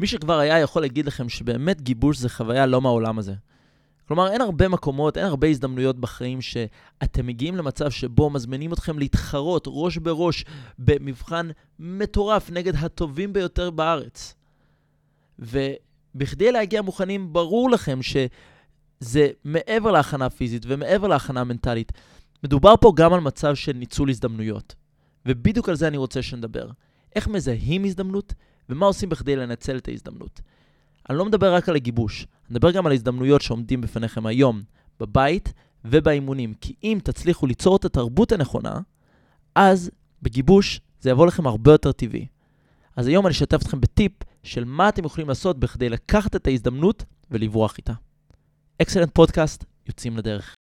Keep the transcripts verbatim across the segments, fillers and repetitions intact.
מי שכבר היה יכול להגיד לכם שבאמת גיבוש זה חוויה לא מהעולם הזה. כלומר, אין הרבה מקומות, אין הרבה הזדמנויות בחיים שאתם מגיעים למצב שבו מזמינים אתכם להתחרות ראש בראש במבחן מטורף נגד הטובים ביותר בארץ. ובכדי להגיע מוכנים, ברור לכם שזה מעבר להכנה פיזית ומעבר להכנה מנטלית. מדובר פה גם על מצב של ניצול הזדמנויות. ובדיוק על זה אני רוצה שנדבר. איך מזהים הזדמנות ומה עושים בכדי לנצל את ההזדמנות. אני לא מדבר רק על הגיבוש, אני מדבר גם על ההזדמנויות שעומדים בפניכם היום, בבית ובאימונים. כי אם תצליחו ליצור את התרבות הנכונה, אז בגיבוש זה יבוא לכם הרבה יותר טבעי. אז היום אני אשתף אתכם בטיפ של מה אתם יכולים לעשות בכדי לקחת את ההזדמנות ולברוח איתה. אקסלנט פודקאסט, יוצאים לדרך.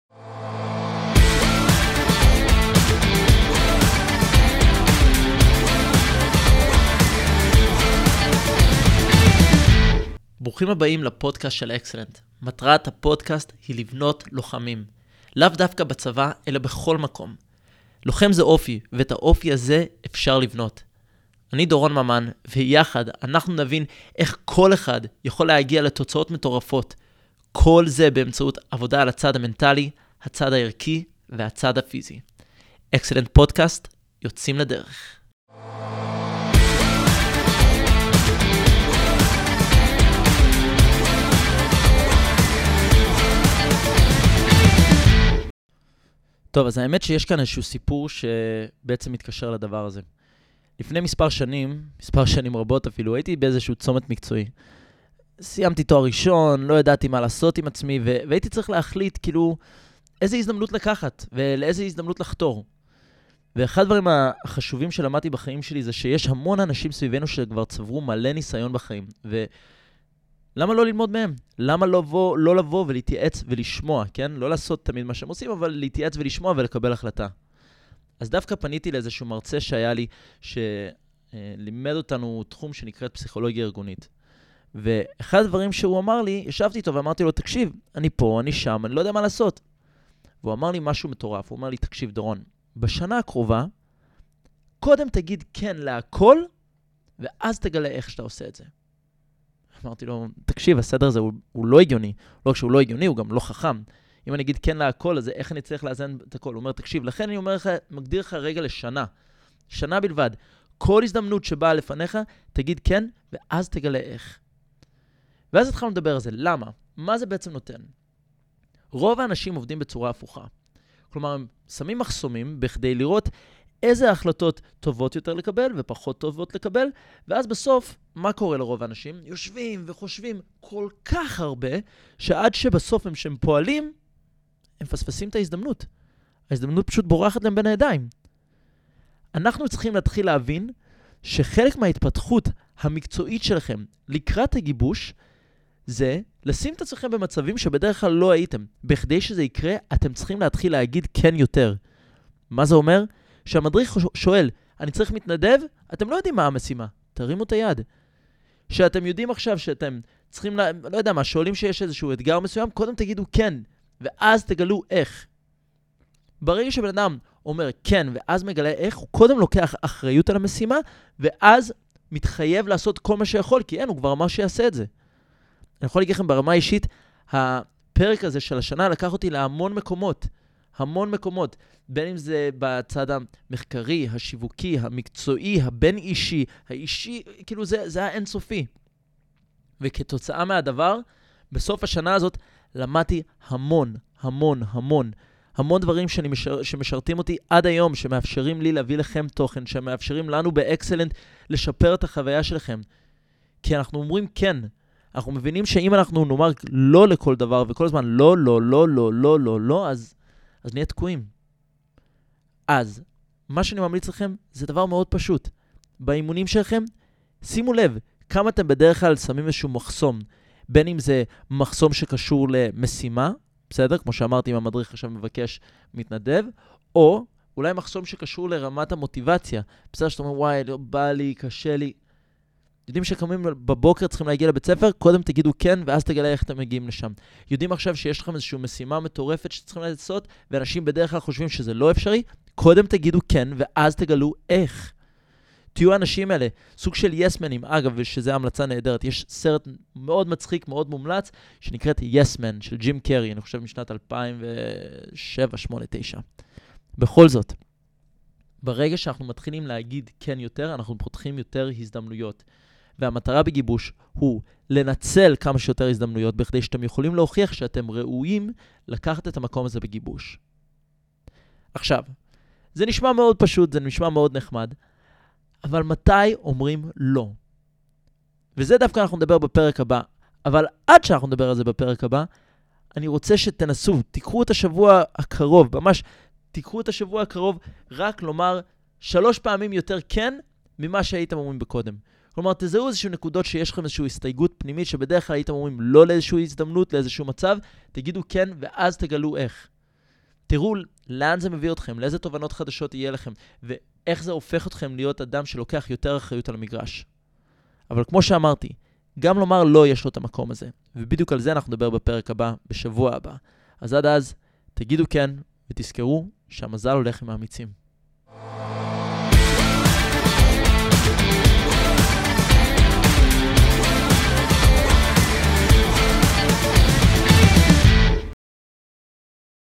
ברוכים הבאים לפודקאסט של אקסלנט. מטרת הפודקאסט היא לבנות לוחמים. לאו דווקא בצבא, אלא בכל מקום. לוחם זה אופי, ואת האופי הזה אפשר לבנות. אני דורון ממן, ויחד אנחנו נבין איך כל אחד יכול להגיע לתוצאות מטורפות. כל זה באמצעות עבודה על הצד המנטלי, הצד הערכי והצד הפיזי. אקסלנט פודקאסט, יוצאים לדרך. טוב, אז האמת שיש כאן איזשהו סיפור שבעצם מתקשר לדבר הזה. לפני מספר שנים, מספר שנים רבות אפילו, הייתי באיזשהו צומת מקצועי. סיימתי תואר ראשון, לא ידעתי מה לעשות עם עצמי, ו- והייתי צריך להחליט כאילו איזה הזדמנות לקחת ולאיזה הזדמנות לחתור. ואחד הדברים החשובים שלמדתי בחיים שלי זה שיש המון אנשים סביבנו שכבר צברו מלא ניסיון בחיים. ו... למה לא ללמוד מהם? למה לא לבוא, לא לבוא ולהתייעץ ולשמוע, כן? לא לעשות תמיד מה שהם עושים, אבל להתייעץ ולשמוע ולקבל החלטה. אז דווקא פניתי לאיזשהו מרצה שהיה לי, שלימד אותנו תחום שנקראת פסיכולוגיה ארגונית. ואחד הדברים שהוא אמר לי, ישבתי איתו ואמרתי לו, תקשיב, אני פה, אני שם, אני לא יודע מה לעשות. והוא אמר לי משהו מטורף, הוא אמר לי, תקשיב דורון, בשנה הקרובה, קודם תגיד כן להכל, ואז תגלה איך שאתה עושה את זה. אמרתי לו, תקשיב, הסדר הזה הוא, הוא לא הגיוני. לא כשהוא לא הגיוני, הוא גם לא חכם. אם אני אגיד כן להכל, אז איך אני צריך לאזן את הכל? הוא אומר, תקשיב, לכן אני אומר לך, מגדיר לך רגע לשנה. שנה בלבד. כל הזדמנות שבאה לפניך, תגיד כן, ואז תגלה איך. ואז התחלנו לדבר על זה. למה? מה זה בעצם נותן? רוב האנשים עובדים בצורה הפוכה. כלומר, הם שמים מחסומים בכדי לראות איזה החלטות טובות יותר לקבל ופחות טובות לקבל, ואז בסוף, מה קורה לרוב האנשים? יושבים וחושבים כל כך הרבה, שעד שבסוף הם שהם פועלים, הם פספסים את ההזדמנות. ההזדמנות פשוט בורחת להם בין הידיים. אנחנו צריכים להתחיל להבין שחלק מההתפתחות המקצועית שלכם לקראת הגיבוש, זה לשים את עצמכם במצבים שבדרך כלל לא הייתם. בכדי שזה יקרה, אתם צריכים להתחיל להגיד כן יותר. מה זה אומר? שהמדריך שואל, אני צריך מתנדב? אתם לא יודעים מה המשימה. תרימו את היד. שאתם יודעים עכשיו שאתם צריכים, לה, לא יודע מה, שואלים שיש איזשהו אתגר מסוים, קודם תגידו כן, ואז תגלו איך. ברגע שבן אדם אומר כן, ואז מגלה איך, הוא קודם לוקח אחריות על המשימה, ואז מתחייב לעשות כל מה שיכול, כי אין, הוא כבר אמר שיעשה את זה. אני יכול להגיד לכם ברמה אישית, הפרק הזה של השנה לקח אותי להמון מקומות. המון מקומות, בין אם זה בצד המחקרי, השיווקי, המקצועי, הבין אישי, האישי, כאילו זה, זה היה אינסופי. וכתוצאה מהדבר, בסוף השנה הזאת למדתי המון, המון, המון, המון דברים שאני משר, שמשרתים אותי עד היום, שמאפשרים לי להביא לכם תוכן, שמאפשרים לנו באקסלנט לשפר את החוויה שלכם. כי אנחנו אומרים כן, אנחנו מבינים שאם אנחנו נאמר לא לכל דבר, וכל הזמן לא, לא, לא, לא, לא, לא, לא, אז... אז נהיה תקועים. אז, מה שאני ממליץ לכם זה דבר מאוד פשוט. באימונים שלכם, שימו לב כמה אתם בדרך כלל שמים איזשהו מחסום. בין אם זה מחסום שקשור למשימה, בסדר? כמו שאמרתי, אם המדריך עכשיו מבקש מתנדב, או אולי מחסום שקשור לרמת המוטיבציה. בסדר שאתה אומר, וואי, לא בא לי, קשה לי. יודעים שקמים בבוקר צריכים להגיע לבית ספר, קודם תגידו כן, ואז תגלה איך אתם מגיעים לשם. יודעים עכשיו שיש לכם איזושהי משימה מטורפת שצריכים לעשות, ואנשים בדרך כלל חושבים שזה לא אפשרי, קודם תגידו כן, ואז תגלו איך. תהיו האנשים האלה, סוג של יסמנים, אגב, ושזו המלצה נהדרת. יש סרט מאוד מצחיק, מאוד מומלץ, שנקראת יסמן, של ג'ים קרי, אני חושב משנת אלפיים ושבע, שמונה, תשע. בכל זאת, ברגע שאנחנו מתחילים להגיד כן יותר, אנחנו פותחים יותר הזדמנויות. והמטרה בגיבוש הוא לנצל כמה שיותר הזדמנויות, בכדי שאתם יכולים להוכיח שאתם ראויים לקחת את המקום הזה בגיבוש. עכשיו, זה נשמע מאוד פשוט, זה נשמע מאוד נחמד, אבל מתי אומרים לא? וזה דווקא אנחנו נדבר בפרק הבא, אבל עד שאנחנו נדבר על זה בפרק הבא, אני רוצה שתנסו, תיקחו את השבוע הקרוב, ממש תיקחו את השבוע הקרוב, רק לומר שלוש פעמים יותר כן, ממה שהייתם אומרים בקודם. כלומר, תזהו איזשהו נקודות שיש לכם איזושהי הסתייגות פנימית, שבדרך כלל הייתם אומרים לא לאיזושהי הזדמנות, לאיזשהו מצב, תגידו כן, ואז תגלו איך. תראו לאן זה מביא אתכם, לאיזה תובנות חדשות יהיה לכם, ואיך זה הופך אתכם להיות אדם שלוקח יותר אחריות על המגרש. אבל כמו שאמרתי, גם לומר לא יש לו את המקום הזה, ובדיוק על זה אנחנו נדבר בפרק הבא, בשבוע הבא. אז עד אז, תגידו כן, ותזכרו שהמזל הולך עם האמיצים.